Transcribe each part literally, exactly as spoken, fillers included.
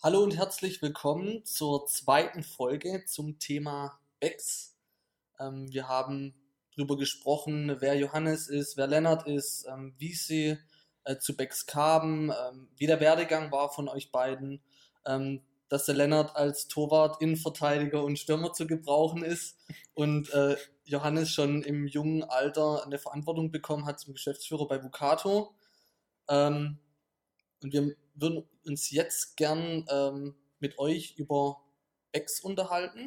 Hallo und herzlich willkommen zur zweiten Folge zum Thema Becks. Ähm, wir haben darüber gesprochen, wer Johannes ist, wer Lennart ist, ähm, wie sie äh, zu Becks kamen, ähm, wie der Werdegang war von euch beiden, ähm, dass der Lennart als Torwart, Innenverteidiger und Stürmer zu gebrauchen ist und äh, Johannes schon im jungen Alter eine Verantwortung bekommen hat zum Geschäftsführer bei Vukato. Ähm, und wir würden uns jetzt gern ähm, mit euch über Becks unterhalten.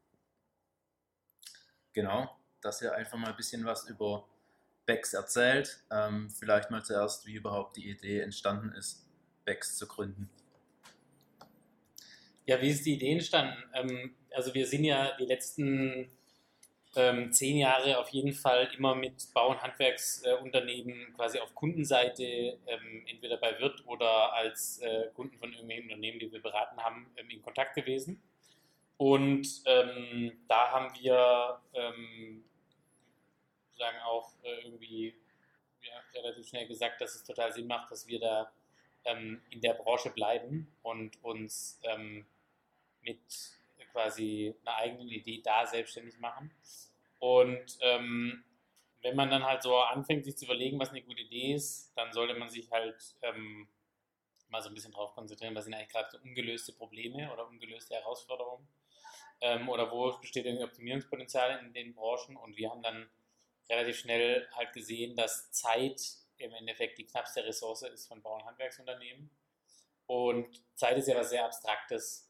Genau, dass ihr einfach mal ein bisschen was über Becks erzählt. Ähm, vielleicht mal zuerst, wie überhaupt die Idee entstanden ist, Becks zu gründen. Ja, wie ist die Idee entstanden? Ähm, also wir sind ja die letzten ähm, zehn Jahre auf jeden Fall immer mit Bau- und Handwerksunternehmen äh, quasi auf Kundenseite, ähm, entweder bei Wirt oder als äh, Kunden von irgendwelchen Unternehmen, die wir beraten haben, ähm, in Kontakt gewesen. Und ähm, da haben wir ähm, sagen auch äh, irgendwie ja, relativ schnell gesagt, dass es total Sinn macht, dass wir da ähm, in der Branche bleiben und uns ähm, mit quasi einer eigenen Idee da selbstständig machen. Und ähm, wenn man dann halt so anfängt, sich zu überlegen, was eine gute Idee ist, dann sollte man sich halt ähm, mal so ein bisschen drauf konzentrieren, was sind eigentlich gerade so ungelöste Probleme oder ungelöste Herausforderungen ähm, oder wo besteht irgendwie Optimierungspotenzial in den Branchen. Und wir haben dann relativ schnell halt gesehen, dass Zeit im Endeffekt die knappste Ressource ist von Bau- und Handwerksunternehmen. Und Zeit ist ja was sehr Abstraktes.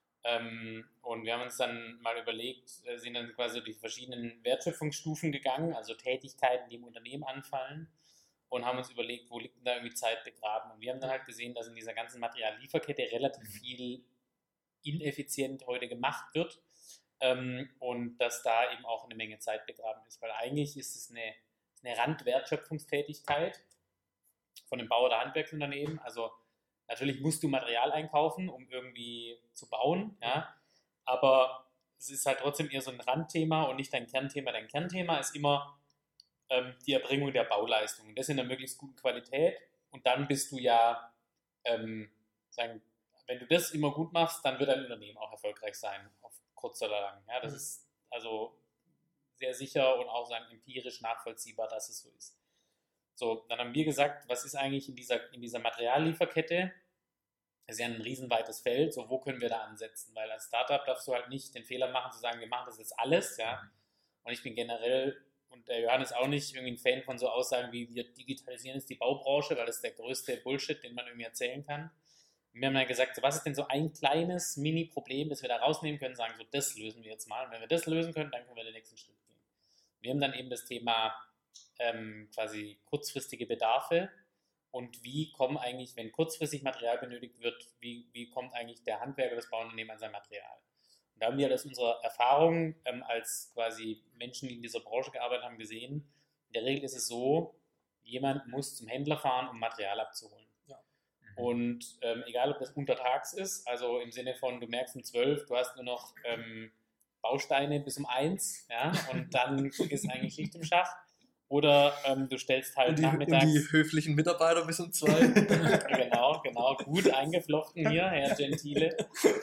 Ähm, und wir haben uns dann mal überlegt, äh, sind dann quasi die verschiedenen Wertschöpfungsstufen gegangen, also Tätigkeiten, die im Unternehmen anfallen, und haben uns überlegt, wo liegt denn da irgendwie Zeit begraben. Und wir haben dann halt gesehen, dass in dieser ganzen Materiallieferkette relativ viel ineffizient heute gemacht wird ähm, und dass da eben auch eine Menge Zeit begraben ist, weil eigentlich ist es eine, eine Randwertschöpfungstätigkeit von einem Bau- oder Handwerksunternehmen. Also natürlich musst du Material einkaufen, um irgendwie zu bauen, ja, aber es ist halt trotzdem eher so ein Randthema und nicht dein Kernthema. Dein Kernthema ist immer ähm, die Erbringung der Bauleistung. Und das in einer möglichst guten Qualität. Und dann bist du ja, ähm, sagen, wenn du das immer gut machst, dann wird dein Unternehmen auch erfolgreich sein, auf kurz oder lang. Ja, das mhm. ist also sehr sicher und auch sagen, empirisch nachvollziehbar, dass es so ist. So, dann haben wir gesagt, was ist eigentlich in dieser, in dieser Materiallieferkette? Das ist ja ein riesenweites Feld, so wo können wir da ansetzen? Weil als Startup darfst du halt nicht den Fehler machen, zu sagen, wir machen das jetzt alles, ja. Und ich bin generell, und der Johannes auch nicht, irgendwie ein Fan von so Aussagen wie, wir digitalisieren jetzt die Baubranche, weil das ist der größte Bullshit, den man irgendwie erzählen kann. Und wir haben dann gesagt, so, was ist denn so ein kleines Mini-Problem, das wir da rausnehmen können, sagen, so, das lösen wir jetzt mal. Und wenn wir das lösen können, dann können wir den nächsten Schritt gehen. Wir haben dann eben das Thema ähm, quasi kurzfristige Bedarfe. Und wie kommen eigentlich, wenn kurzfristig Material benötigt wird, wie, wie kommt eigentlich der Handwerker, das Bauunternehmen an sein Material? Und da haben wir aus unserer Erfahrung ähm, als quasi Menschen, die in dieser Branche gearbeitet haben, gesehen, in der Regel ist es so, jemand muss zum Händler fahren, um Material abzuholen. Ja. Mhm. Und ähm, egal, ob das untertags ist, also im Sinne von, du merkst um zwölf, du hast nur noch ähm, Bausteine bis um eins, ja, und dann ist eigentlich Schicht im Schacht. Oder ähm, du stellst halt und die, nachmittags... Und die höflichen Mitarbeiter bis um zwei. Genau, genau. Gut eingeflochten hier, Herr Gentile.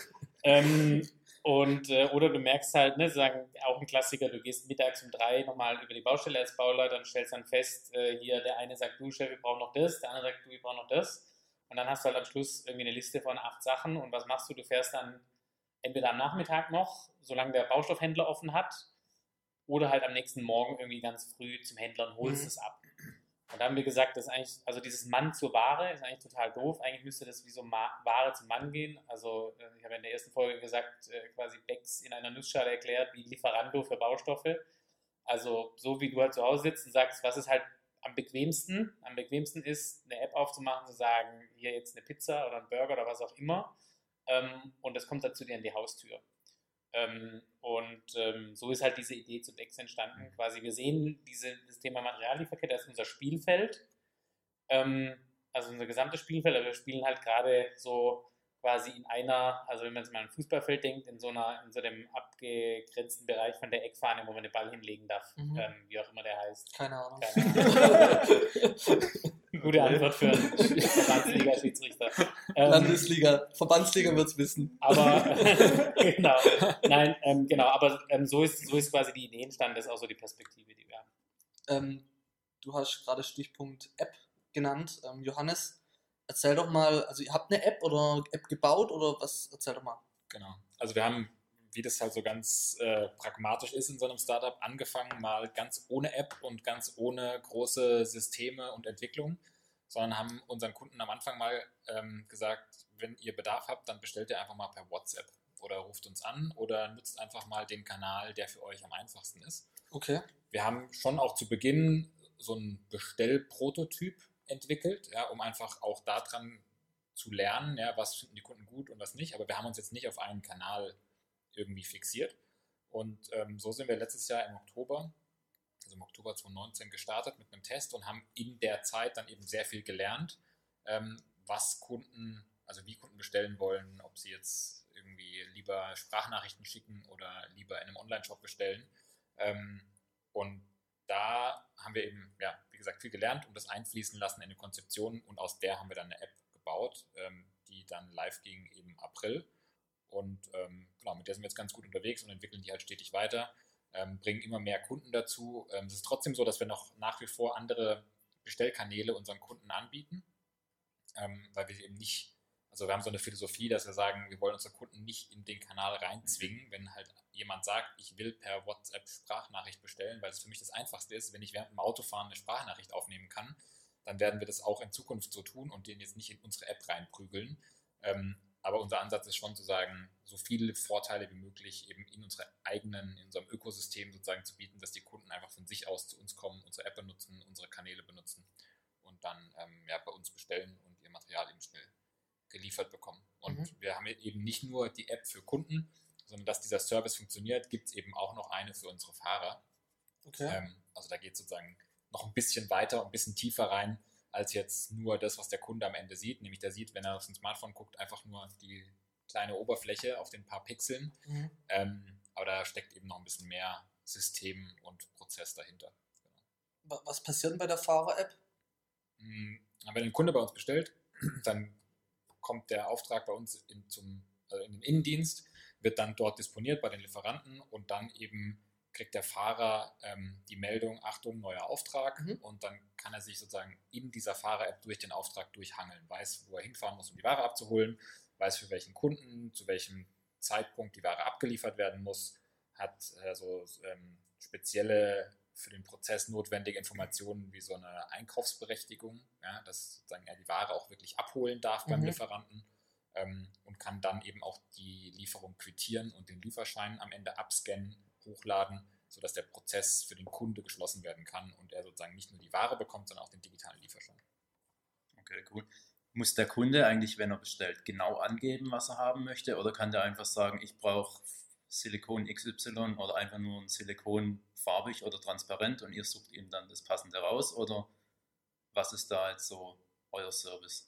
ähm, und, äh, oder du merkst halt, ne, sagen auch ein Klassiker, du gehst mittags um drei nochmal über die Baustelle als Bauleiter und stellst dann fest, äh, hier der eine sagt, du Chef, wir brauchen noch das, der andere sagt, du, wir brauchen noch das. Und dann hast du halt am Schluss irgendwie eine Liste von acht Sachen und was machst du? Du fährst dann entweder am Nachmittag noch, solange der Baustoffhändler offen hat, oder halt am nächsten Morgen irgendwie ganz früh zum Händler und holst mhm. es ab. Und da haben wir gesagt, das ist eigentlich, also dieses Mann zur Ware ist eigentlich total doof. Eigentlich müsste das wie so Ma- Ware zum Mann gehen. Also ich habe in der ersten Folge gesagt, äh, quasi Becks in einer Nussschale erklärt, wie Lieferando für Baustoffe. Also so wie du halt zu Hause sitzt und sagst, was ist halt am bequemsten? Am bequemsten ist, eine App aufzumachen, zu sagen, hier jetzt eine Pizza oder ein Burger oder was auch immer. Ähm, und das kommt dann zu dir an die Haustür. Ähm, und ähm, so ist halt diese Idee zu Becks entstanden. Quasi wir sehen diese, das Thema Materiallieferkette, das ist unser Spielfeld, ähm, also unser gesamtes Spielfeld, aber wir spielen halt gerade so quasi in einer, also wenn man jetzt mal an ein Fußballfeld denkt, in so einer, in so einem abgegrenzten Bereich von der Eckfahne, wo man den Ball hinlegen darf, mhm. ähm, wie auch immer der heißt. Keine Ahnung. Keine Ahnung. Gute Okay. Antwort für einen Verbandsliga-Schiedsrichter. Ähm, Landesliga, Verbandsliga wird es wissen. Aber genau, nein, ähm, genau, aber ähm, so, ist, so ist quasi die Idee entstanden, das ist auch so die Perspektive, die wir haben. Ähm, du hast gerade Stichpunkt App genannt. Ähm, Johannes, erzähl doch mal, also ihr habt eine App oder App gebaut oder was? Erzähl doch mal. Genau. Also wir haben, wie das halt so ganz äh, pragmatisch ist in so einem Startup, angefangen mal ganz ohne App und ganz ohne große Systeme und Entwicklung, sondern haben unseren Kunden am Anfang mal ähm, gesagt, wenn ihr Bedarf habt, dann bestellt ihr einfach mal per WhatsApp oder ruft uns an oder nutzt einfach mal den Kanal, der für euch am einfachsten ist. Okay. Wir haben schon auch zu Beginn so einen Bestellprototyp entwickelt, ja, um einfach auch daran zu lernen, ja, was finden die Kunden gut und was nicht. Aber wir haben uns jetzt nicht auf einen Kanal irgendwie fixiert. Und ähm, so sind wir letztes Jahr im Oktober, also im Oktober zwanzig neunzehn gestartet mit einem Test und haben in der Zeit dann eben sehr viel gelernt, ähm, was Kunden, also wie Kunden bestellen wollen, ob sie jetzt irgendwie lieber Sprachnachrichten schicken oder lieber in einem Online-Shop bestellen. Ähm, und da haben wir eben, ja, wie gesagt, viel gelernt und das einfließen lassen in die Konzeption und aus der haben wir dann eine App gebaut, ähm, die dann live ging im April. Und ähm, genau, mit der sind wir jetzt ganz gut unterwegs und entwickeln die halt stetig weiter, ähm, bringen immer mehr Kunden dazu. Ähm, es ist trotzdem so, dass wir noch nach wie vor andere Bestellkanäle unseren Kunden anbieten, ähm, weil wir eben nicht, also wir haben so eine Philosophie, dass wir sagen, wir wollen unsere Kunden nicht in den Kanal reinzwingen, wenn halt jemand sagt, ich will per WhatsApp Sprachnachricht bestellen, weil es für mich das Einfachste ist, wenn ich während dem Autofahren eine Sprachnachricht aufnehmen kann, dann werden wir das auch in Zukunft so tun und den jetzt nicht in unsere App reinprügeln. Ähm, aber unser Ansatz ist schon zu sagen, so viele Vorteile wie möglich eben in unserer eigenen, in unserem Ökosystem sozusagen zu bieten, dass die Kunden einfach von sich aus zu uns kommen, unsere App benutzen, unsere Kanäle benutzen und dann ähm, ja, bei uns bestellen und ihr Material eben schnell geliefert bekommen. Und Mhm. wir haben eben nicht nur die App für Kunden, sondern dass dieser Service funktioniert, gibt es eben auch noch eine für unsere Fahrer. Okay. Ähm, also da geht es sozusagen noch ein bisschen weiter, ein bisschen tiefer rein, als jetzt nur das, was der Kunde am Ende sieht. Nämlich der sieht, wenn er auf sein Smartphone guckt, einfach nur die kleine Oberfläche auf den paar Pixeln. Mhm. Ähm, aber da steckt eben noch ein bisschen mehr System und Prozess dahinter. Genau. Wa- Was passiert denn bei der Fahrer-App? Mm, Wenn ein Kunde bei uns bestellt, dann kommt der Auftrag bei uns in, zum, also in den Innendienst, wird dann dort disponiert bei den Lieferanten und dann eben kriegt der Fahrer ähm, die Meldung, Achtung, neuer Auftrag, Mhm. und dann kann er sich sozusagen in dieser Fahrer-App durch den Auftrag durchhangeln, weiß, wo er hinfahren muss, um die Ware abzuholen, weiß, für welchen Kunden, zu welchem Zeitpunkt die Ware abgeliefert werden muss, hat also ähm, spezielle für den Prozess notwendige Informationen wie so eine Einkaufsberechtigung, ja, dass sozusagen er die Ware auch wirklich abholen darf beim Mhm. Lieferanten, ähm, und kann dann eben auch die Lieferung quittieren und den Lieferschein am Ende abscannen, hochladen, sodass der Prozess für den Kunde geschlossen werden kann und er sozusagen nicht nur die Ware bekommt, sondern auch den digitalen Lieferschein. Okay, cool. Muss der Kunde eigentlich, wenn er bestellt, genau angeben, was er haben möchte? Oder kann der einfach sagen, ich brauche Silikon X Y oder einfach nur ein Silikon farbig oder transparent und ihr sucht ihm dann das Passende raus? Oder was ist da jetzt so euer Service?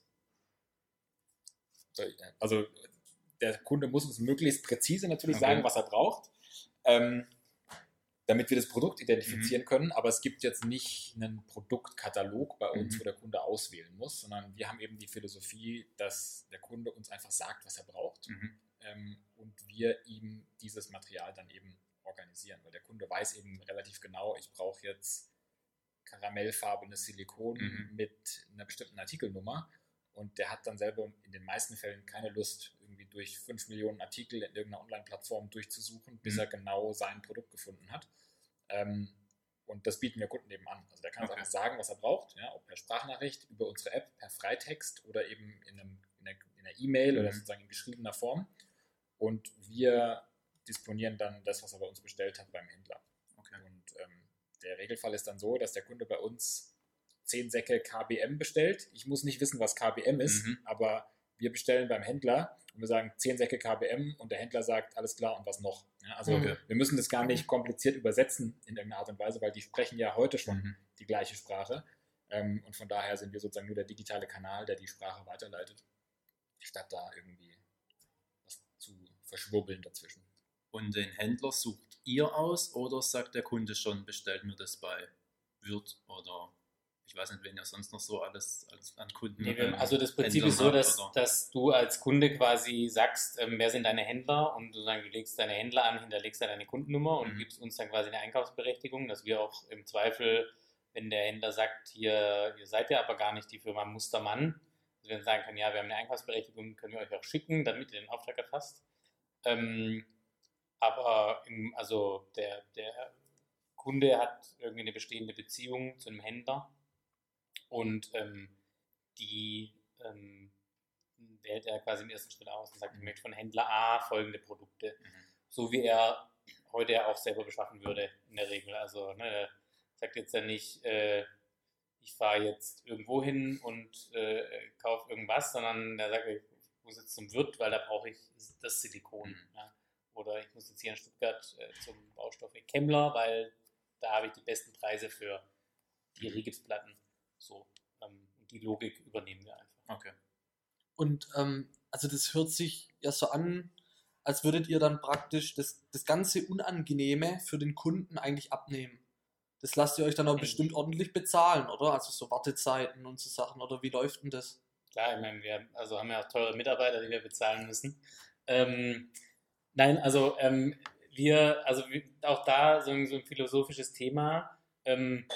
Also der Kunde muss uns möglichst präzise natürlich Okay. sagen, was er braucht, ähm, damit wir das Produkt identifizieren können, aber es gibt jetzt nicht einen Produktkatalog bei uns, Mhm. wo der Kunde auswählen muss, sondern wir haben eben die Philosophie, dass der Kunde uns einfach sagt, was er braucht, Mhm. ähm, und wir ihm dieses Material dann eben organisieren, weil der Kunde weiß eben relativ genau, ich brauche jetzt karamellfarbenes Silikon Mhm. mit einer bestimmten Artikelnummer, und der hat dann selber in den meisten Fällen keine Lust, irgendwie durch fünf Millionen Artikel in irgendeiner Online-Plattform durchzusuchen, bis Mhm. er genau sein Produkt gefunden hat. Ähm, und das bieten wir Kunden eben an. Also der kann uns Okay. einfach sagen, was er braucht, ja, ob per Sprachnachricht, über unsere App, per Freitext oder eben in, einem, in einer in einer E-Mail oder Mhm. sozusagen in geschriebener Form. Und wir disponieren dann das, was er bei uns bestellt hat, beim Händler. Okay. Und ähm, der Regelfall ist dann so, dass der Kunde bei uns zehn Säcke K B M bestellt. Ich muss nicht wissen, was K B M ist, Mhm. aber wir bestellen beim Händler und wir sagen zehn Säcke K B M und der Händler sagt, alles klar, und was noch? Ja, also Mhm. wir müssen das gar nicht kompliziert übersetzen in irgendeiner Art und Weise, weil die sprechen ja heute schon Mhm. die gleiche Sprache. Ähm, und von daher sind wir sozusagen nur der digitale Kanal, der die Sprache weiterleitet, statt da irgendwie was zu verschwurbeln dazwischen. Und den Händler sucht ihr aus oder sagt der Kunde schon, bestellt mir das bei Würth oder Ich weiß nicht, wen ihr sonst noch so alles als, an Kunden Nee, wir, ähm, also das Prinzip Händlern ist so, habt, dass, oder? dass du als Kunde quasi sagst, ähm, wer sind deine Händler und du sagst, du legst deine Händler an, hinterlegst da deine Kundennummer und Mhm. gibst uns dann quasi eine Einkaufsberechtigung, dass wir auch im Zweifel, wenn der Händler sagt, hier, ihr seid ja aber gar nicht die Firma Mustermann, dass wir dann sagen können, ja, wir haben eine Einkaufsberechtigung, können wir euch auch schicken, damit ihr den Auftrag erfasst. Ähm, aber im, also der, der Kunde hat irgendwie eine bestehende Beziehung zu einem Händler und ähm, die ähm, wählt er quasi im ersten Schritt aus und sagt, ich möchte von Händler A folgende Produkte. Mhm. So wie er heute ja auch selber beschaffen würde in der Regel. Also ne, er sagt jetzt ja nicht, äh, ich fahre jetzt irgendwo hin und äh, kaufe irgendwas, sondern er sagt, ich muss jetzt zum Wirt, weil da brauche ich das Silikon. Mhm. Ja. Oder ich muss jetzt hier in Stuttgart äh, zum Baustoff Kemmler, weil da habe ich die besten Preise für die Rigipsplatten. So. Ähm, die Logik übernehmen wir einfach. Okay. Und ähm, also das hört sich ja so an, als würdet ihr dann praktisch das, das ganze Unangenehme für den Kunden eigentlich abnehmen. Das lasst ihr euch dann auch Mhm. bestimmt ordentlich bezahlen, oder? Also so Wartezeiten und so Sachen, oder wie läuft denn das? Klar, ich meine, wir also haben ja auch teure Mitarbeiter, die wir bezahlen müssen. Ähm, nein, also ähm, wir, also wir, auch da so ein, so ein philosophisches Thema. Ähm,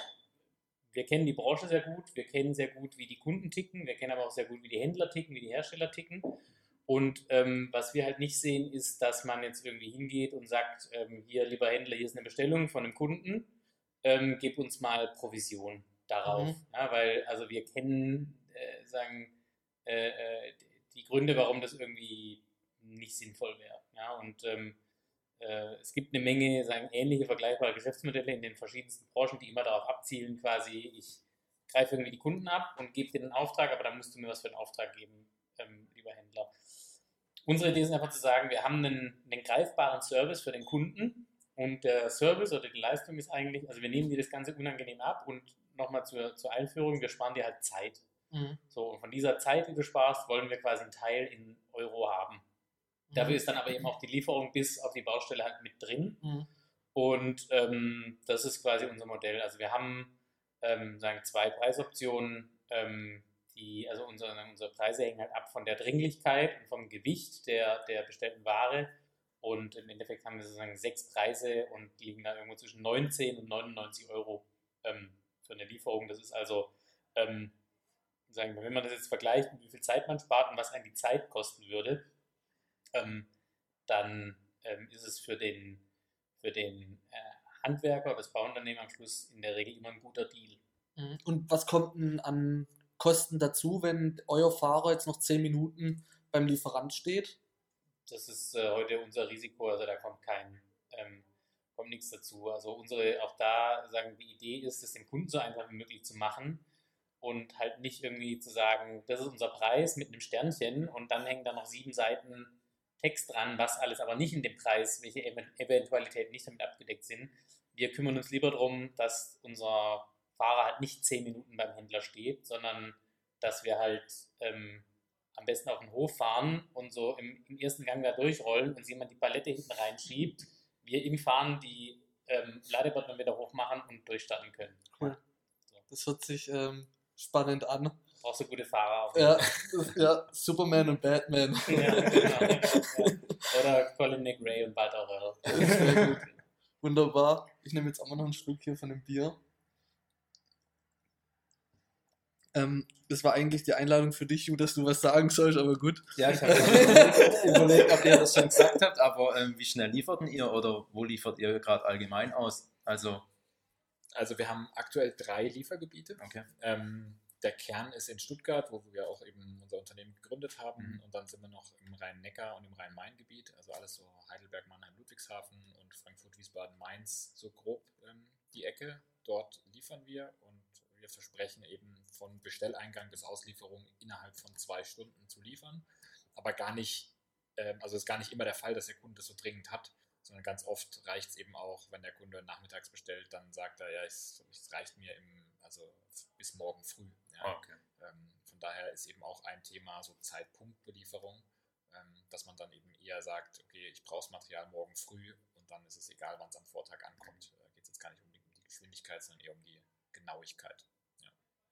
wir kennen die Branche sehr gut, wir kennen sehr gut, wie die Kunden ticken, wir kennen aber auch sehr gut, wie die Händler ticken, wie die Hersteller ticken. Und ähm, was wir halt nicht sehen, ist, dass man jetzt irgendwie hingeht und sagt, ähm, hier, lieber Händler, hier ist eine Bestellung von einem Kunden, ähm, gib uns mal Provision darauf. Mhm. Ja, weil, also wir kennen, äh, sagen, äh, äh, die Gründe, warum das irgendwie nicht sinnvoll wäre. Ja, und ähm, äh, es gibt eine Menge, sagen, ähnliche, vergleichbare Geschäftsmodelle in den verschiedensten Branchen, die immer darauf abzielen, quasi, ich greife irgendwie die Kunden ab und gebe dir einen Auftrag, aber dann musst du mir was für einen Auftrag geben, ähm, lieber Händler. Unsere Idee ist einfach zu sagen, wir haben einen, einen greifbaren Service für den Kunden und der Service oder die Leistung ist eigentlich, also wir nehmen dir das Ganze unangenehm ab und nochmal zur, zur Einführung, wir sparen dir halt Zeit. Mhm. So, und von dieser Zeit, die du sparst, wollen wir quasi einen Teil in Euro haben. Dafür ist dann aber eben auch die Lieferung bis auf die Baustelle halt mit drin. Mhm. Und ähm, das ist quasi unser Modell. Also wir haben ähm, sagen zwei Preisoptionen. Ähm, die, also unsere, unsere Preise hängen halt ab von der Dringlichkeit und vom Gewicht der, der bestellten Ware. Und im Endeffekt haben wir sozusagen sechs Preise und die liegen da irgendwo zwischen neunzehn und neunundneunzig Euro ähm, für eine Lieferung. Das ist also, ähm, sagen wir, wenn man das jetzt vergleicht, wie viel Zeit man spart und was einem die Zeit kosten würde, ähm, dann ähm, ist es für den, für den äh, Handwerker oder das Bauunternehmen am Schluss in der Regel immer ein guter Deal. Mhm. Und was kommt denn an Kosten dazu, wenn euer Fahrer jetzt noch zehn Minuten beim Lieferant steht? Das ist äh, heute unser Risiko, also da kommt kein, ähm, kommt nichts dazu. Also unsere, auch da sagen, die Idee ist, es dem Kunden so einfach wie möglich zu machen und halt nicht irgendwie zu sagen, das ist unser Preis mit einem Sternchen und dann hängen da noch sieben Seiten Text dran, was alles aber nicht in dem Preis, welche Eventualitäten nicht damit abgedeckt sind. Wir kümmern uns lieber darum, dass unser Fahrer halt nicht zehn Minuten beim Händler steht, sondern dass wir halt ähm, am besten auf den Hof fahren und so im, im ersten Gang da durchrollen und jemand die Palette hinten reinschiebt, wir im Fahren die ähm, Ladebutton wieder hochmachen und durchstarten können. Cool. Das hört sich ähm, spannend an. Brauchst du gute Fahrer auf. Ja, ja, Superman und Batman. Ja, genau. Ja. Oder Colin McRae und Walter Röll. Sehr gut. Wunderbar. Ich nehme jetzt auch mal noch ein Stück hier von dem Bier. Ähm, das war eigentlich die Einladung für dich, Ju, dass du was sagen sollst, aber gut. Ja, ich habe überlegt, überlegt, ob ihr das schon gesagt habt, aber ähm, wie schnell liefert ihr oder wo liefert ihr gerade allgemein aus? Also, Also wir haben aktuell drei Liefergebiete. okay. Ähm, der Kern ist in Stuttgart, wo wir auch eben unser Unternehmen gegründet haben. Mhm. Und dann sind wir noch im Rhein-Neckar und im Rhein-Main-Gebiet. Also alles so Heidelberg, Mannheim, Ludwigshafen und Frankfurt, Wiesbaden, Mainz, so grob ähm, die Ecke. Dort liefern wir und wir versprechen eben von Bestelleingang bis Auslieferung innerhalb von zwei Stunden zu liefern. Aber gar nicht, ähm, also es ist gar nicht immer der Fall, dass der Kunde das so dringend hat, sondern ganz oft reicht es eben auch, wenn der Kunde nachmittags bestellt, dann sagt er, ja, es, es reicht mir im, also bis morgen früh. Ja. Okay. Ähm, von daher ist eben auch ein Thema so Zeitpunktbelieferung, ähm, dass man dann eben eher sagt, okay, ich brauche das Material morgen früh und dann ist es egal, wann es am Vortag ankommt. Da geht es jetzt gar nicht unbedingt um die Geschwindigkeit, sondern eher um die Genauigkeit. Ja.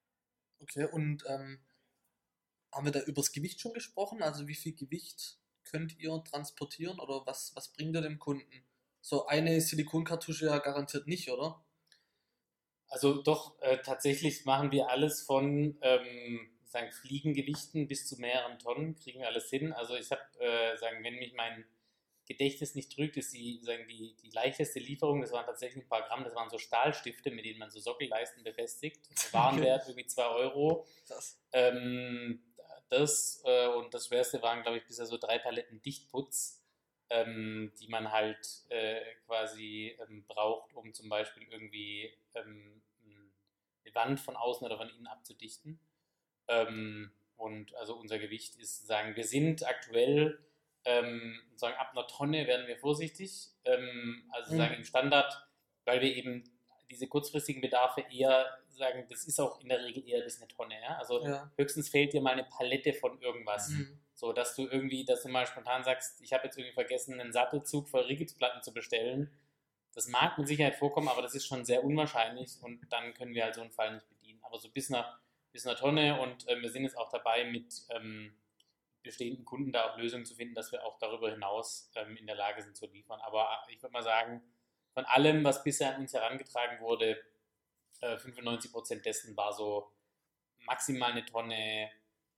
Okay, und ähm, haben wir da übers Gewicht schon gesprochen? Also wie viel Gewicht könnt ihr transportieren oder was, was bringt ihr dem Kunden? So eine Silikonkartusche ja garantiert nicht, oder? Also doch, äh, tatsächlich machen wir alles von ähm, sagen Fliegengewichten bis zu mehreren Tonnen, kriegen wir alles hin. Also ich habe, äh, sagen, wenn mich mein Gedächtnis nicht trügt, ist die, sagen, die, die leichteste Lieferung, das waren tatsächlich ein paar Gramm, das waren so Stahlstifte, mit denen man so Sockelleisten befestigt. Warenwert irgendwie zwei Euro. Das. Ähm, das äh, und das schwerste waren, glaube ich, bisher so drei Paletten Dichtputz, ähm, die man halt äh, quasi ähm, braucht, um zum Beispiel irgendwie ähm, eine Wand von außen oder von innen abzudichten. Ähm, und also unser Gewicht ist, sagen wir sind aktuell, ähm, sagen ab einer Tonne werden wir vorsichtig, ähm, also sagen Mhm. im Standard, weil wir eben diese kurzfristigen Bedarfe eher sagen, das ist auch in der Regel eher bis eine Tonne, ja? Also Ja. höchstens fehlt dir mal eine Palette von irgendwas. Mhm. So, dass du irgendwie, dass du mal spontan sagst, ich habe jetzt irgendwie vergessen, einen Sattelzug voll Rigipsplatten zu bestellen. Das mag mit Sicherheit vorkommen, aber das ist schon sehr unwahrscheinlich und dann können wir halt so einen Fall nicht bedienen. Aber so bis einer, bis einer Tonne und ähm, wir sind jetzt auch dabei, mit ähm, bestehenden Kunden da auch Lösungen zu finden, dass wir auch darüber hinaus ähm, in der Lage sind zu liefern. Aber ich würde mal sagen, von allem, was bisher an uns herangetragen wurde, äh, fünfundneunzig Prozent dessen war so maximal eine Tonne,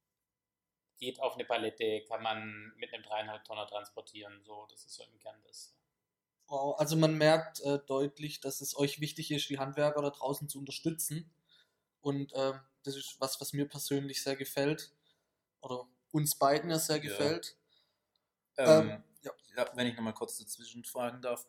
geht auf eine Palette, kann man mit einem dreieinhalb Tonner transportieren. So, das ist so im Kern das. Wow, also man merkt äh, deutlich, dass es euch wichtig ist, die Handwerker da draußen zu unterstützen. Und äh, das ist was, was mir persönlich sehr gefällt. Oder uns beiden ja sehr Ja. gefällt. Ähm, Ähm, ja. ja, wenn ich nochmal kurz dazwischen fragen darf,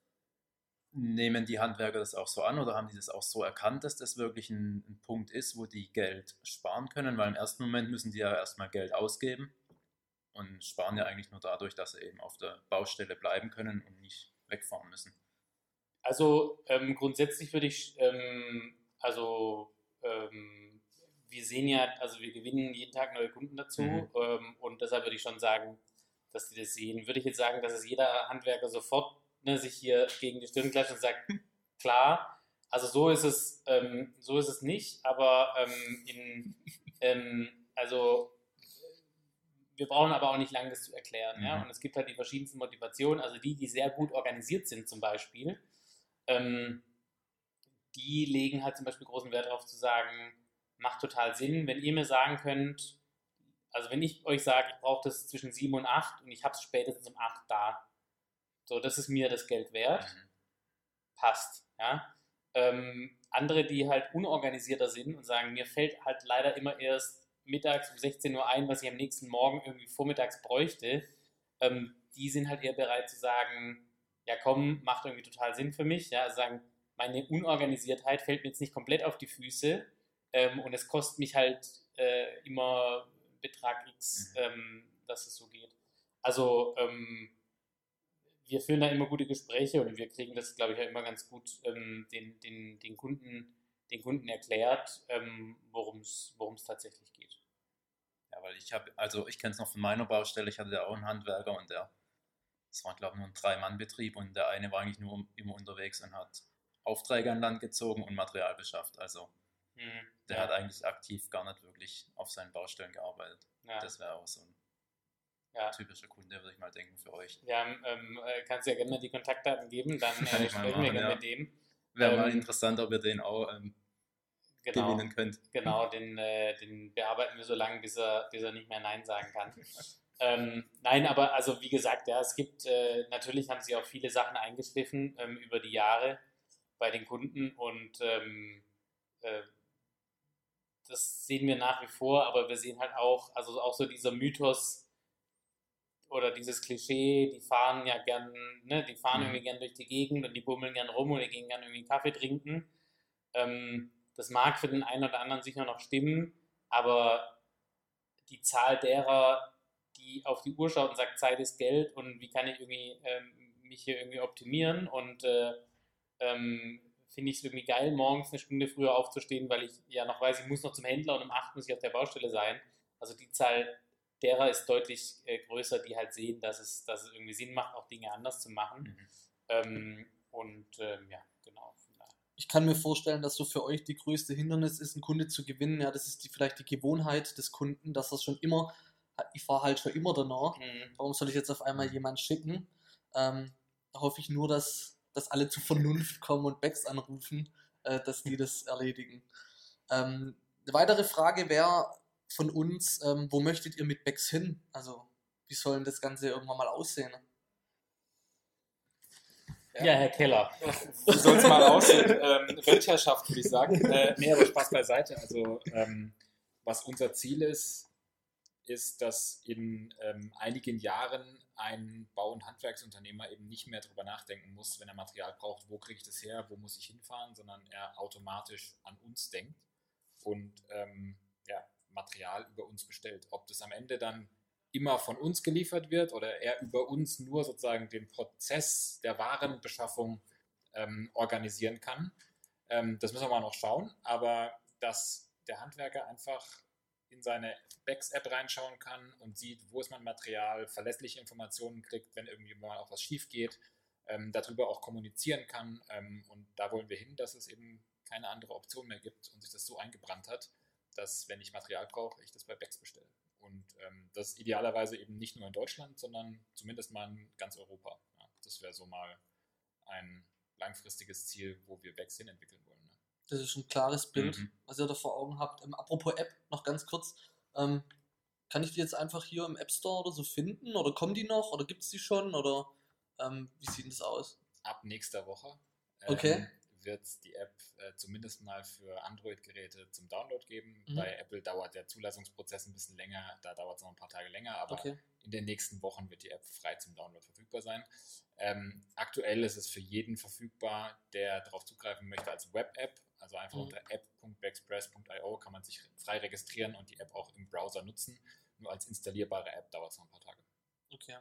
nehmen die Handwerker das auch so an oder haben die das auch so erkannt, dass das wirklich ein, ein Punkt ist, wo die Geld sparen können? Weil im ersten Moment müssen die ja erstmal Geld ausgeben und sparen ja eigentlich nur dadurch, dass sie eben auf der Baustelle bleiben können und nicht wegfahren müssen. Also ähm, grundsätzlich würde ich, ähm, also ähm, wir sehen ja, also wir gewinnen jeden Tag neue Kunden dazu Mhm. ähm, und deshalb würde ich schon sagen, dass die das sehen. Würde ich jetzt sagen, dass es jeder Handwerker sofort ne, sich hier gegen die Stirn klatscht und sagt, klar, also so ist es, ähm, so ist es nicht, aber ähm, in, ähm, also wir brauchen aber auch nicht lange das zu erklären. Mhm. Ja? Und es gibt halt die verschiedensten Motivationen, also die, die sehr gut organisiert sind zum Beispiel, ähm, die legen halt zum Beispiel großen Wert darauf zu sagen, macht total Sinn, wenn ihr mir sagen könnt, also wenn ich euch sage, ich brauche das zwischen sieben und acht und ich habe es spätestens um acht da, so, das ist mir das Geld wert, Mhm. passt. Ja? Ähm, andere, die halt unorganisierter sind und sagen, mir fällt halt leider immer erst mittags um sechzehn Uhr ein, was ich am nächsten Morgen irgendwie vormittags bräuchte, ähm, die sind halt eher bereit zu sagen, ja komm, macht irgendwie total Sinn für mich. Ja? Also sagen, meine Unorganisiertheit fällt mir jetzt nicht komplett auf die Füße ähm, und es kostet mich halt äh, immer Betrag X, Mhm. ähm, dass es so geht. Also ähm, wir führen da immer gute Gespräche und wir kriegen das, glaube ich, ja immer ganz gut ähm, den, den, den, Kunden, den Kunden erklärt, ähm, worum es tatsächlich geht. Ja, weil ich habe, also ich kenne es noch von meiner Baustelle, ich hatte da auch einen Handwerker und der, das war glaube ich nur ein Drei-Mann-Betrieb und der eine war eigentlich nur um, immer unterwegs und hat Aufträge an Land gezogen und Material beschafft. Also Hm, der ja, hat eigentlich aktiv gar nicht wirklich auf seinen Baustellen gearbeitet. ja, Das wäre auch so ein ja. typischer Kunde, würde ich mal denken, für euch. Ja, ähm, äh, kannst du ja gerne mal die Kontaktdaten geben, dann Kann äh, ich mal sprechen wir machen, gerne ja. mit dem. Wäre mal Ähm, interessant, ob ihr den auch ähm, Genau, gewinnen könnt. genau, den, äh, den bearbeiten wir so lange, bis er, bis er nicht mehr Nein sagen kann. Ähm, nein, aber also wie gesagt, ja, es gibt, äh, natürlich haben sie auch viele Sachen eingeschliffen ähm, über die Jahre bei den Kunden und ähm, äh, das sehen wir nach wie vor, aber wir sehen halt auch, also auch so dieser Mythos oder dieses Klischee, die fahren ja gern, ne, die fahren Mhm. irgendwie gern durch die Gegend und die bummeln gern rum oder gehen gern irgendwie Kaffee trinken. Ähm, das mag für den einen oder anderen sicher noch stimmen, aber die Zahl derer, die auf die Uhr schaut und sagt, Zeit ist Geld und wie kann ich irgendwie ähm, mich hier irgendwie optimieren und äh, ähm, finde ich es irgendwie geil, morgens eine Stunde früher aufzustehen, weil ich ja noch weiß, ich muss noch zum Händler und um acht muss ich auf der Baustelle sein. Also die Zahl derer ist deutlich äh, größer, die halt sehen, dass es, dass es irgendwie Sinn macht, auch Dinge anders zu machen. Mhm. Ähm, und ähm, ja, genau. ich kann mir vorstellen, dass so für euch die größte Hindernis ist, einen Kunde zu gewinnen. Ja, das ist die, vielleicht die Gewohnheit des Kunden, dass das schon immer, ich fahre halt schon immer danach. Mhm. Warum soll ich jetzt auf einmal jemanden schicken? Ähm, da hoffe ich nur, dass, dass alle zur Vernunft kommen und Becks anrufen, äh, dass die das erledigen. Ähm, eine weitere Frage wäre von uns, ähm, wo möchtet ihr mit Becks hin? Also, wie soll denn das Ganze irgendwann mal aussehen? Ja, ja Herr Keller. Wie soll es mal aussehen? ähm, Weltherrschaft, würde ich sagen. Äh, nee, aber Spaß beiseite. Also, ähm, was unser Ziel ist, ist, dass in ähm, einigen Jahren ein Bau- und Handwerksunternehmer eben nicht mehr darüber nachdenken muss, wenn er Material braucht, wo kriege ich das her, wo muss ich hinfahren, sondern er automatisch an uns denkt und ähm, ja, Material über uns bestellt. Ob das am Ende dann immer von uns geliefert wird oder er über uns nur sozusagen den Prozess der Warenbeschaffung ähm, organisieren kann, ähm, das müssen wir mal noch schauen, aber dass der Handwerker einfach in seine Becks-App reinschauen kann und sieht, wo ist mein Material, verlässliche Informationen kriegt, wenn irgendwie mal auch was schief geht, ähm, darüber auch kommunizieren kann. Ähm, und da wollen wir hin, dass es eben keine andere Option mehr gibt und sich das so eingebrannt hat, dass, wenn ich Material brauche, ich das bei Becks bestelle. Und ähm, das idealerweise eben nicht nur in Deutschland, sondern zumindest mal in ganz Europa. Ja, das wäre so mal ein langfristiges Ziel, wo wir Becks hin entwickeln wollen. Ne? Das ist ein klares Bild, Mhm. was ihr da vor Augen habt. Ähm, apropos App, noch ganz kurz. Ähm, kann ich die jetzt einfach hier im App Store oder so finden? Oder kommen die noch? Oder gibt es die schon? Oder ähm, wie sieht das aus? Ab nächster Woche Okay. ähm, wird es die App äh, zumindest mal für Android-Geräte zum Download geben. Mhm. Bei Apple dauert der Zulassungsprozess ein bisschen länger, da dauert es noch ein paar Tage länger, aber Okay. in den nächsten Wochen wird die App frei zum Download verfügbar sein. Ähm, aktuell ist es für jeden verfügbar, der darauf zugreifen möchte als Web-App. Also einfach Mhm. unter app punkt backexpress punkt io kann man sich frei registrieren und die App auch im Browser nutzen. Nur als installierbare App dauert es noch ein paar Tage. Okay.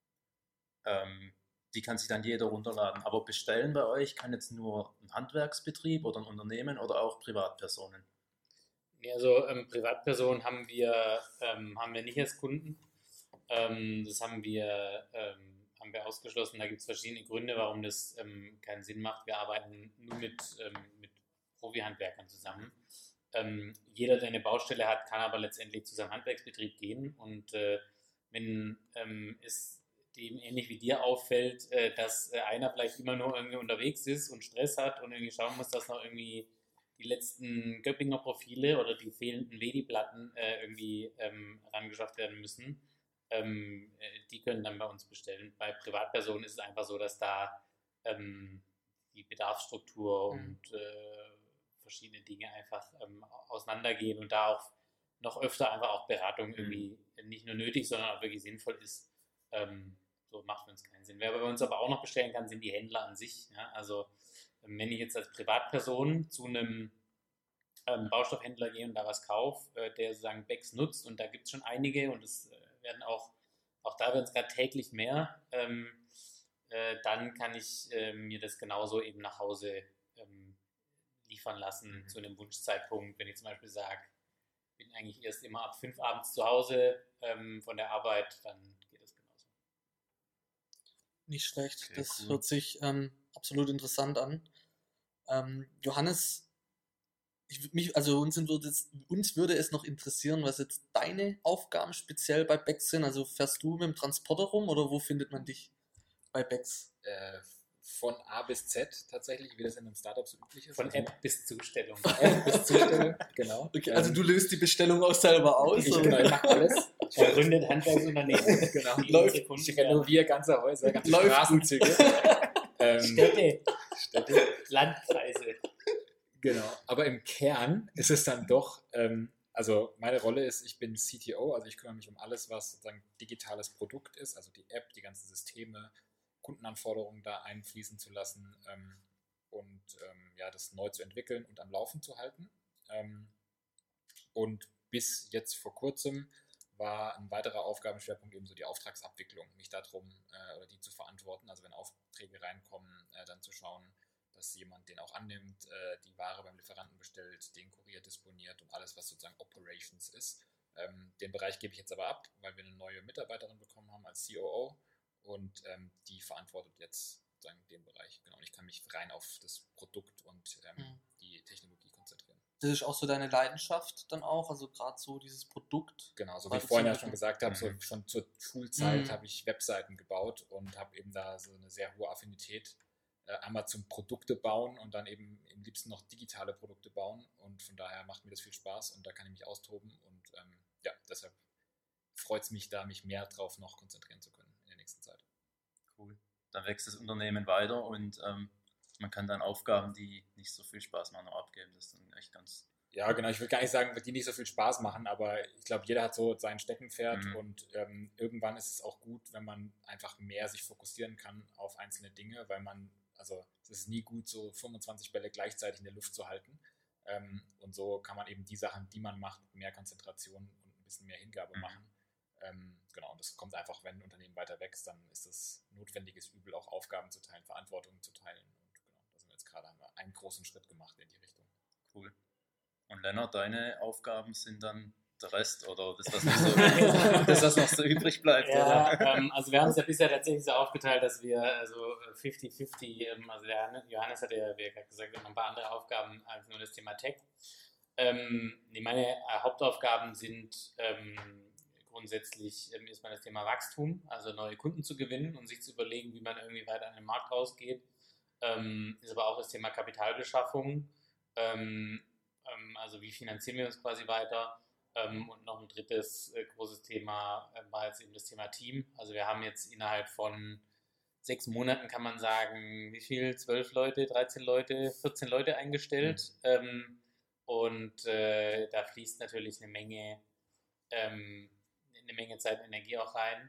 Ähm, die kann sich dann jeder runterladen. Aber bestellen bei euch kann jetzt nur ein Handwerksbetrieb oder ein Unternehmen oder auch Privatpersonen. Nee, also ähm, Privatpersonen haben wir, ähm, haben wir nicht als Kunden. Ähm, das haben wir, ähm, haben wir ausgeschlossen. Da gibt es verschiedene Gründe, warum das ähm, keinen Sinn macht. Wir arbeiten nur mit, ähm, mit Profi-Handwerkern zusammen. Ähm, jeder, der eine Baustelle hat, kann aber letztendlich zu seinem Handwerksbetrieb gehen. Und äh, wenn ähm, es dem ähnlich wie dir auffällt, äh, dass äh, einer vielleicht immer nur irgendwie unterwegs ist und Stress hat und irgendwie schauen muss, dass noch irgendwie die letzten Göppinger Profile oder die fehlenden W D I-Platten äh, irgendwie ähm, rangeschafft werden müssen, ähm, äh, die können dann bei uns bestellen. Bei Privatpersonen ist es einfach so, dass da ähm, die Bedarfsstruktur Mhm. und äh, verschiedene Dinge einfach ähm, auseinandergehen und da auch noch öfter einfach auch Beratung irgendwie nicht nur nötig, sondern auch wirklich sinnvoll ist. Ähm, so macht für uns keinen Sinn. Wer bei uns aber auch noch bestellen kann, sind die Händler an sich. Ja? Also ähm, wenn ich jetzt als Privatperson zu einem ähm, Baustoffhändler gehe und da was kaufe, äh, der sozusagen Becks nutzt und da gibt es schon einige und es äh, werden auch, auch da werden es gerade täglich mehr, ähm, äh, dann kann ich äh, mir das genauso eben nach Hause ähm, liefern lassen Mhm. zu einem Wunschzeitpunkt. Wenn ich zum Beispiel sage, bin eigentlich erst immer ab fünf abends zu Hause ähm, von der Arbeit, dann geht das genauso. Nicht schlecht. Okay, Das cool. hört sich ähm, absolut interessant an. Ähm, Johannes, ich, würd mich, also uns würde, es, uns würde es noch interessieren, was jetzt deine Aufgaben speziell bei Becks sind. Also fährst du mit dem Transporter rum oder wo findet man dich bei Becks? Äh, von A bis Z tatsächlich, wie das in einem Startup so üblich ist. Von Also App bis Zustellung. von App bis Zustellung, genau. Okay, also Ähm, du löst die Bestellung auch selber aus? ich, oder? genau, ich mache alles. Er gründet Handwerksunternehmen. Genau. Die Läuft. unsere Kunden Ich renoviere ganze Häuser, ganze Läuft gut. Straßenzüge. ähm, Städte, Städte. Landkreise. Genau. Aber im Kern ist es dann doch, ähm, also meine Rolle ist, ich bin C T O, also ich kümmere mich um alles, was sozusagen digitales Produkt ist, also die App, die ganzen Systeme, Kundenanforderungen da einfließen zu lassen ähm, und ähm, ja, das neu zu entwickeln und am Laufen zu halten. Ähm, und bis jetzt vor kurzem war ein weiterer Aufgabenschwerpunkt eben so die Auftragsabwicklung, mich darum äh, oder die zu verantworten, also wenn Aufträge reinkommen, äh, dann zu schauen, dass jemand den auch annimmt, äh, die Ware beim Lieferanten bestellt, den Kurier disponiert und alles, was sozusagen Operations ist. Ähm, den Bereich gebe ich jetzt aber ab, weil wir eine neue Mitarbeiterin bekommen haben als C O O und ähm, die verantwortet jetzt sozusagen den Bereich. Genau, und ich kann mich rein auf das Produkt und ähm, mhm. die Technologie konzentrieren. Das ist auch so deine Leidenschaft dann auch, also gerade so dieses Produkt. Genau, so wie ich vorhin ja schon gesagt habe, mhm. so schon zur Schulzeit mhm. habe ich Webseiten gebaut und habe eben da so eine sehr hohe Affinität äh, einmal zum Produkte bauen und dann eben am liebsten noch digitale Produkte bauen und von daher macht mir das viel Spaß und da kann ich mich austoben und ähm, ja, deshalb freut es mich da, mich mehr drauf noch konzentrieren zu können in der nächsten Zeit. Cool. Dann wächst das Unternehmen weiter und ähm, man kann dann Aufgaben, die nicht so viel Spaß machen, auch abgeben. Das ist dann echt ganz... Ja, genau. Ich will gar nicht sagen, die nicht so viel Spaß machen, aber ich glaube, jeder hat so sein Steckenpferd mhm. und ähm, irgendwann ist es auch gut, wenn man einfach mehr sich fokussieren kann auf einzelne Dinge, weil man, also es ist nie gut, so fünfundzwanzig Bälle gleichzeitig in der Luft zu halten. Ähm, und so kann man eben die Sachen, die man macht, mit mehr Konzentration und ein bisschen mehr Hingabe mhm. machen. Ähm, genau, und das kommt einfach, wenn ein Unternehmen weiter wächst, dann ist es notwendiges Übel, auch Aufgaben zu teilen, Verantwortung zu teilen. Und genau, da sind wir jetzt gerade, haben wir einen großen Schritt gemacht in die Richtung. Cool. Und Lennart, deine Aufgaben sind dann der Rest oder das, was, nicht so, das, was noch so übrig bleibt? Ja, ähm, also wir haben es ja bisher tatsächlich so aufgeteilt, dass wir also fünfzig fünfzig, ähm, also der Johannes hat ja, wie er gerade gesagt hat, noch ein paar andere Aufgaben als nur das Thema Tech. Ähm, nee, meine äh, Hauptaufgaben sind ähm, grundsätzlich ähm, erstmal das Thema Wachstum, also neue Kunden zu gewinnen und sich zu überlegen, wie man irgendwie weiter an den Markt rausgeht. Ähm, ist aber auch das Thema Kapitalbeschaffung. Ähm, Also wie finanzieren wir uns quasi weiter? Und noch ein drittes großes Thema war jetzt eben das Thema Team. Also wir haben jetzt innerhalb von sechs Monaten, kann man sagen, wie viel? zwölf Leute, dreizehn Leute, vierzehn Leute eingestellt. Mhm. Und da fließt natürlich eine Menge, eine Menge Zeit und Energie auch rein.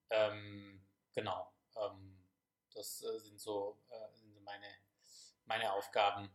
Genau. Das sind so, sind so meine, meine Aufgaben.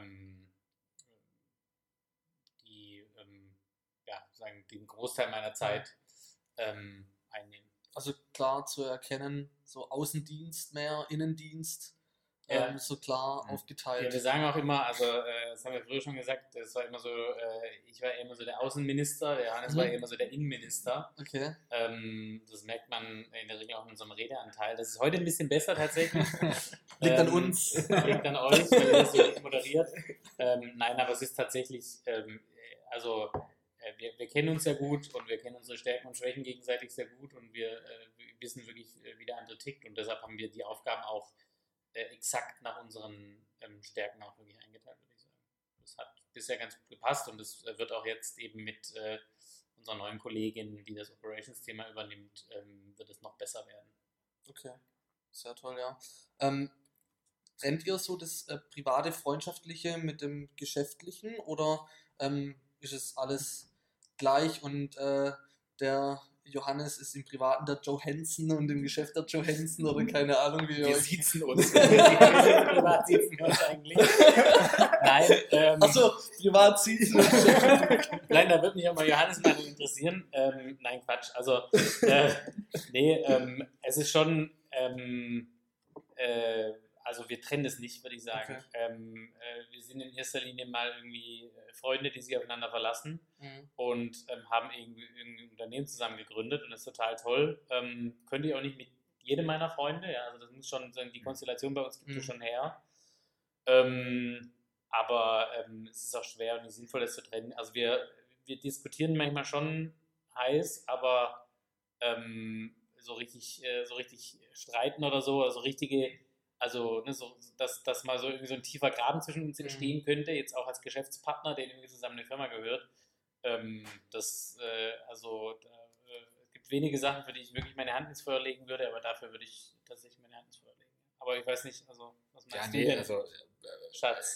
die ähm, ja, sagen, den Großteil meiner Zeit ähm, einnehmen. Also klar zu erkennen, so Außendienst mehr, Innendienst, ja. ähm, so klar mhm. aufgeteilt. Ja, wir sagen auch immer, also äh, das haben wir früher schon gesagt, das war immer so, äh, ich war immer so der Außenminister, der Johannes mhm. war immer so der Innenminister. Okay. Ähm, das merkt man in der Regel auch in unserem Redeanteil. Das ist heute ein bisschen besser tatsächlich. Liegt ähm, an uns. Liegt an euch, weil ihr das so moderiert. Ähm, nein, aber es ist tatsächlich, ähm, also äh, wir, wir kennen uns ja gut und wir kennen unsere Stärken und Schwächen gegenseitig sehr gut und wir, äh, wir wissen wirklich, äh, wie der andere tickt und deshalb haben wir die Aufgaben auch äh, exakt nach unseren ähm, Stärken auch wirklich eingeteilt, würde ich sagen. Das hat bisher ganz gut gepasst und das äh, wird auch jetzt eben mit äh, unserer neuen Kollegin, die das Operations-Thema übernimmt, ähm, wird es noch besser werden. Okay, sehr toll, ja. Ähm, trennt ihr so das äh, private, freundschaftliche mit dem geschäftlichen oder ähm, ist es alles gleich und äh, der Johannes ist im Privaten der Johansson und im Geschäft der Johansson oder keine Ahnung, wie ihr wir euch... siezen uns. Privat siezen wir uns eigentlich. Nein. Ähm, Achso, privat siezen uns. Nein, da würde mich auch mal Johannes mal interessieren. Ähm, nein, Quatsch. Also, äh, nee, ähm, es ist schon... Ähm, äh, Also wir trennen das nicht, würde ich sagen. Okay. Ähm, äh, wir sind in erster Linie mal irgendwie äh, Freunde, die sich aufeinander verlassen mhm. und ähm, haben irgendwie ein Unternehmen zusammen gegründet und das ist total toll. Ähm, könnte ich auch nicht mit jedem meiner Freunde, ja, also das muss schon, die Konstellation bei uns gibt es mhm. schon her. Ähm, aber ähm, es ist auch schwer und nicht sinnvoll, das zu trennen. Also wir, wir diskutieren manchmal schon heiß, aber ähm, so richtig, äh, so richtig streiten oder so, also richtige Also, ne, so, dass, dass mal so irgendwie so ein tiefer Graben zwischen uns entstehen mhm. könnte, jetzt auch als Geschäftspartner, der irgendwie zusammen eine Firma gehört. Ähm, das, äh, also, da, äh, es gibt wenige Sachen, für die ich wirklich meine Hand ins Feuer legen würde, aber dafür würde ich tatsächlich meine Hand ins Feuer legen. Aber ich weiß nicht, also, was meinst ja, du nee, denn? Also, äh, Schatz.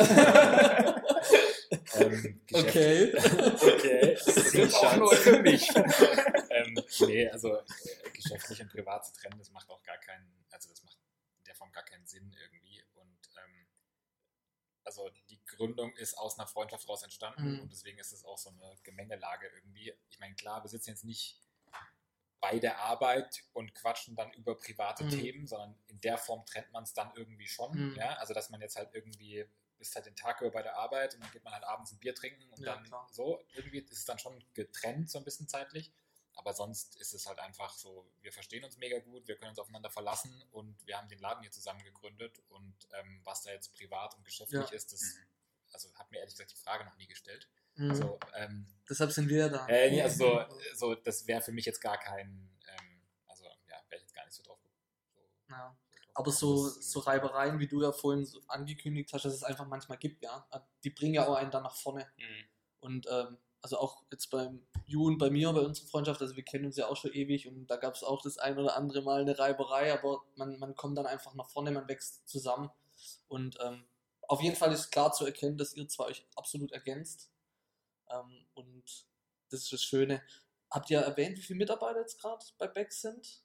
ähm, okay. Okay. Das ist auch nur für mich. ähm, nee, also, äh, geschäftlich und privat zu trennen, das macht auch gar keinen, also, das macht Form gar keinen Sinn irgendwie und ähm, also die Gründung ist aus einer Freundschaft raus entstanden mhm. und deswegen ist es auch so eine Gemengelage irgendwie. Ich meine, klar, wir sitzen jetzt nicht bei der Arbeit und quatschen dann über private mhm. Themen, sondern in der Form trennt man es dann irgendwie schon, mhm. ja, also dass man jetzt halt irgendwie bist halt den Tag über bei der Arbeit und dann geht man halt abends ein Bier trinken und ja, dann klar. so, irgendwie ist es dann schon getrennt so ein bisschen zeitlich, aber sonst ist es halt einfach so, wir verstehen uns mega gut, wir können uns aufeinander verlassen und wir haben den Laden hier zusammen gegründet und ähm, was da jetzt privat und geschäftlich Ja. ist, das also hat mir ehrlich gesagt die Frage noch nie gestellt. Mhm. Also, ähm, Deshalb sind wir ja da. äh, nee, also so, so, das wäre für mich jetzt gar kein, ähm, also ja, wäre ich jetzt gar nicht so drauf gekommen. So, Ja. so drauf Aber gekommen, so, das- so Reibereien, wie du ja vorhin so angekündigt hast, dass es einfach manchmal gibt, ja, die bringen ja auch einen dann nach vorne. Mhm. Und ähm, also auch jetzt beim Ju und bei mir, bei unserer Freundschaft, also wir kennen uns ja auch schon ewig und da gab es auch das ein oder andere Mal eine Reiberei, aber man, man kommt dann einfach nach vorne, man wächst zusammen. Und ähm, auf jeden Fall ist klar zu erkennen, dass ihr zwei euch absolut ergänzt. Ähm, und das ist das Schöne. Habt ihr erwähnt, wie viele Mitarbeiter jetzt gerade bei Bex sind?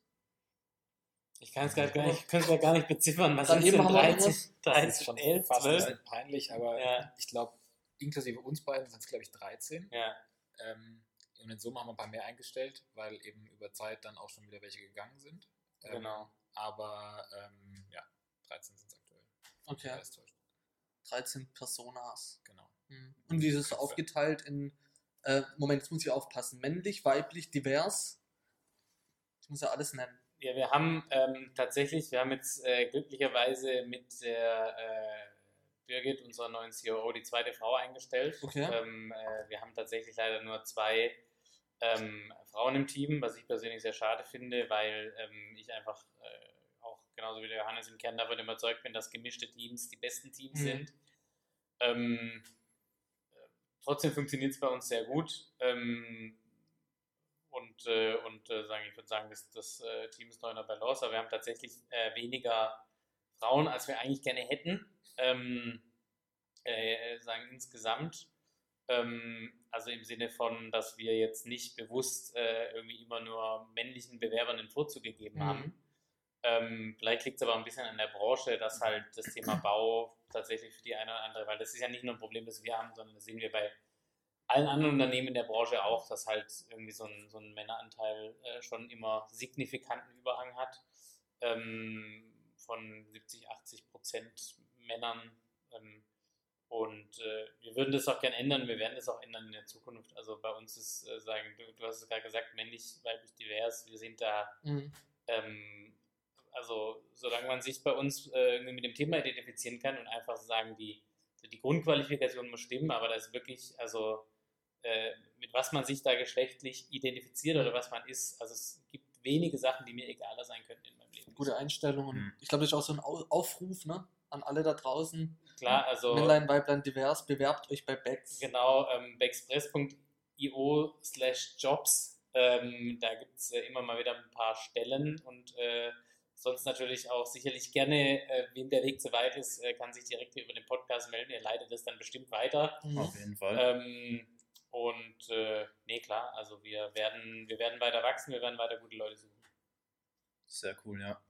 Ich kann es gar nicht, ich kann es gar nicht beziffern. Was Dann sind eben denn haben wir dreizehn, irgendwas- Das ist dreizehn, schon elf, fast ein zwölf? bisschen peinlich, aber Ja. ich glaube, inklusive uns beiden sind es, glaube ich, dreizehn. Ja, Ähm, und in Summe haben wir ein paar mehr eingestellt, weil eben über Zeit dann auch schon wieder welche gegangen sind. Ähm, genau. Aber ähm, ja, dreizehn sind es aktuell. Okay, Ja, ist täuscht. dreizehn Personas. Genau. Mhm. Und wie ist es so Köpfe. aufgeteilt in, äh, Moment, jetzt muss ich aufpassen, männlich, weiblich, divers? Ich muss ja alles nennen. Ja, wir haben ähm, tatsächlich, wir haben jetzt äh, glücklicherweise mit der äh, Birgit, unserer neuen C O O, die zweite Frau eingestellt. Okay. Ähm, äh, wir haben tatsächlich leider nur zwei ähm, Frauen im Team, was ich persönlich sehr schade finde, weil ähm, ich einfach äh, auch genauso wie der Johannes im Kern davon überzeugt bin, dass gemischte Teams die besten Teams Mhm. sind. Ähm, äh, trotzdem funktioniert es bei uns sehr gut. Ähm, und äh, und äh, sagen, ich würde sagen, das, das äh, Team ist noch in der Balance, aber wir haben tatsächlich äh, weniger Frauen, als wir eigentlich gerne hätten. Ähm, äh, sagen insgesamt. Ähm, also im Sinne von, dass wir jetzt nicht bewusst äh, irgendwie immer nur männlichen Bewerbern den Vorzug gegeben Mhm. haben. Ähm, vielleicht liegt es aber ein bisschen an der Branche, dass halt das Thema Bau tatsächlich für die eine oder andere, weil das ist ja nicht nur ein Problem, das wir haben, sondern das sehen wir bei allen anderen Unternehmen in der Branche auch, dass halt irgendwie so ein, so ein Männeranteil äh, schon immer signifikanten Überhang hat. Ähm, von siebzig, achtzig Prozent Männern. Ähm, und äh, wir würden das auch gerne ändern, wir werden das auch ändern in der Zukunft. Also bei uns ist, äh, sagen, du, du hast es gerade gesagt, männlich, weiblich, divers. Wir sind da, Mhm. ähm, also solange man sich bei uns äh, irgendwie mit dem Thema identifizieren kann und einfach sagen, die, die Grundqualifikation muss stimmen, aber das ist wirklich, also äh, mit was man sich da geschlechtlich identifiziert oder was man ist. Also es gibt wenige Sachen, die mir egaler sein könnten in meinem Leben. Gute Einstellung. Und Mhm. ich glaube, das ist auch so ein Au- Aufruf, ne, an alle da draußen. Klar, also Männlein, Weiblein, divers, bewerbt euch bei Bex. genau, ähm, bexpress punkt io slash jobs. Ähm, da gibt es äh, immer mal wieder ein paar Stellen und äh, sonst natürlich auch sicherlich gerne, äh, wem der Weg zu weit ist, äh, kann sich direkt hier über den Podcast melden. Ihr leitet das dann bestimmt weiter. Mhm. Auf jeden Fall. Ähm, und äh, nee, klar, also wir werden, wir werden weiter wachsen, wir werden weiter gute Leute suchen. Sehr cool, ja.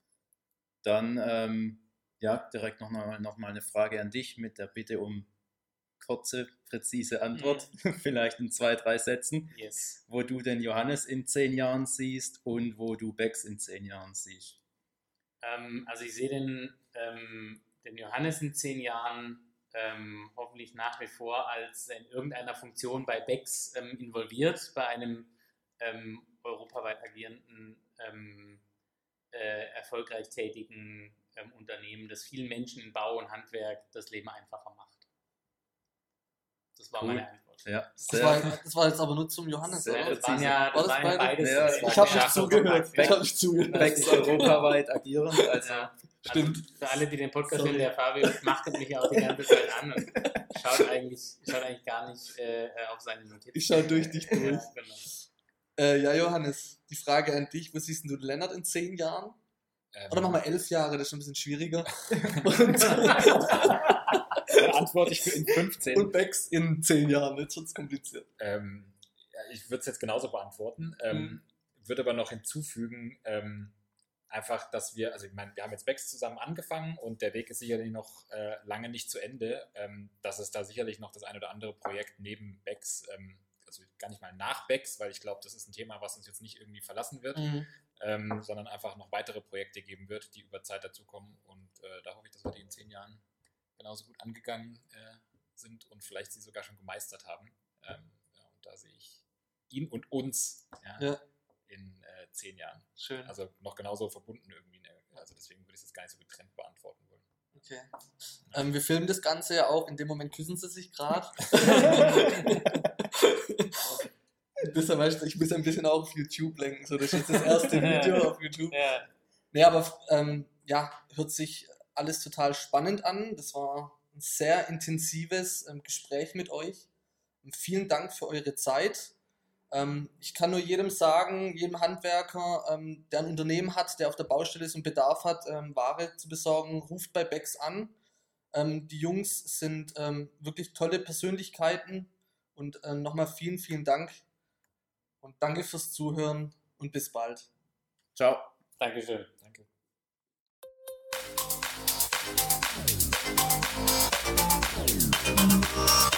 Dann, ähm, ja, direkt noch mal, noch mal eine Frage an dich mit der Bitte um kurze, präzise Antwort, vielleicht in zwei, drei Sätzen, Yes. wo du den Johannes in zehn Jahren siehst und wo du Bex in zehn Jahren siehst. Ähm, also ich sehe den, ähm, den Johannes in zehn Jahren ähm, hoffentlich nach wie vor als in irgendeiner Funktion bei Bex ähm, involviert, bei einem ähm, europaweit agierenden, ähm, äh, erfolgreich tätigen ähm, Unternehmen, das vielen Menschen in Bau und Handwerk das Leben einfacher macht. Das war Cool. meine Antwort. Ja, Das sehr, war, das war jetzt aber nur zum Johannes. Sehr oder? Das waren präzise. ja, War das das waren ja beide? beides. Ja, äh, Ich habe ja, nicht zugehört. Ich habe nicht zugehört. Bex europaweit agierend, also Ja. Stimmt. Also für alle, die den Podcast Sorry. hören, der Fabio macht mich auch die ganze Zeit an und schaut eigentlich, schaut eigentlich gar nicht äh, auf seine Notizen. Ich schau durch dich durch. Ja, genau. Äh, ja, Johannes, die Frage an dich, wo siehst du Lennart in zehn Jahren? Ähm, Oder machen wir elf Jahre, das ist schon ein bisschen schwieriger. Dann antworte ich für in fünfzehn. Und Bex in zehn Jahren, jetzt wird es kompliziert. Ähm, ja, ich würde es jetzt genauso beantworten, ähm, Mhm. würde aber noch hinzufügen, ähm, einfach, dass wir, also ich meine, wir haben jetzt Bex zusammen angefangen und der Weg ist sicherlich noch äh, lange nicht zu Ende, ähm, dass es da sicherlich noch das ein oder andere Projekt neben Bex, ähm, also gar nicht mal nach Bex, weil ich glaube, das ist ein Thema, was uns jetzt nicht irgendwie verlassen wird, Mhm. ähm, sondern einfach noch weitere Projekte geben wird, die über Zeit dazukommen und äh, da hoffe ich, dass wir die in zehn Jahren genauso gut angegangen äh, sind und vielleicht sie sogar schon gemeistert haben. Ähm, ja, und da sehe ich ihn und uns ja, Ja. in äh, zehn Jahren. Schön. Also noch genauso verbunden irgendwie. Ne? Also deswegen würde ich es jetzt gar nicht so getrennt beantworten wollen. Okay. Ähm, wir filmen das Ganze ja auch, in dem Moment küssen sie sich gerade. Deshalb weißt du, ich muss ein bisschen auch auf YouTube lenken, so das ist jetzt das erste Video auf YouTube. Ja. Nee, aber ähm, ja, hört sich alles total spannend an. Das war ein sehr intensives ähm, Gespräch mit euch. Und vielen Dank für eure Zeit. Ähm, ich kann nur jedem sagen, jedem Handwerker, ähm, der ein Unternehmen hat, der auf der Baustelle ist und Bedarf hat, ähm, Ware zu besorgen, ruft bei Becks an. Ähm, die Jungs sind ähm, wirklich tolle Persönlichkeiten und äh, nochmal vielen, vielen Dank und danke fürs Zuhören und bis bald. Ciao. Dankeschön. Danke.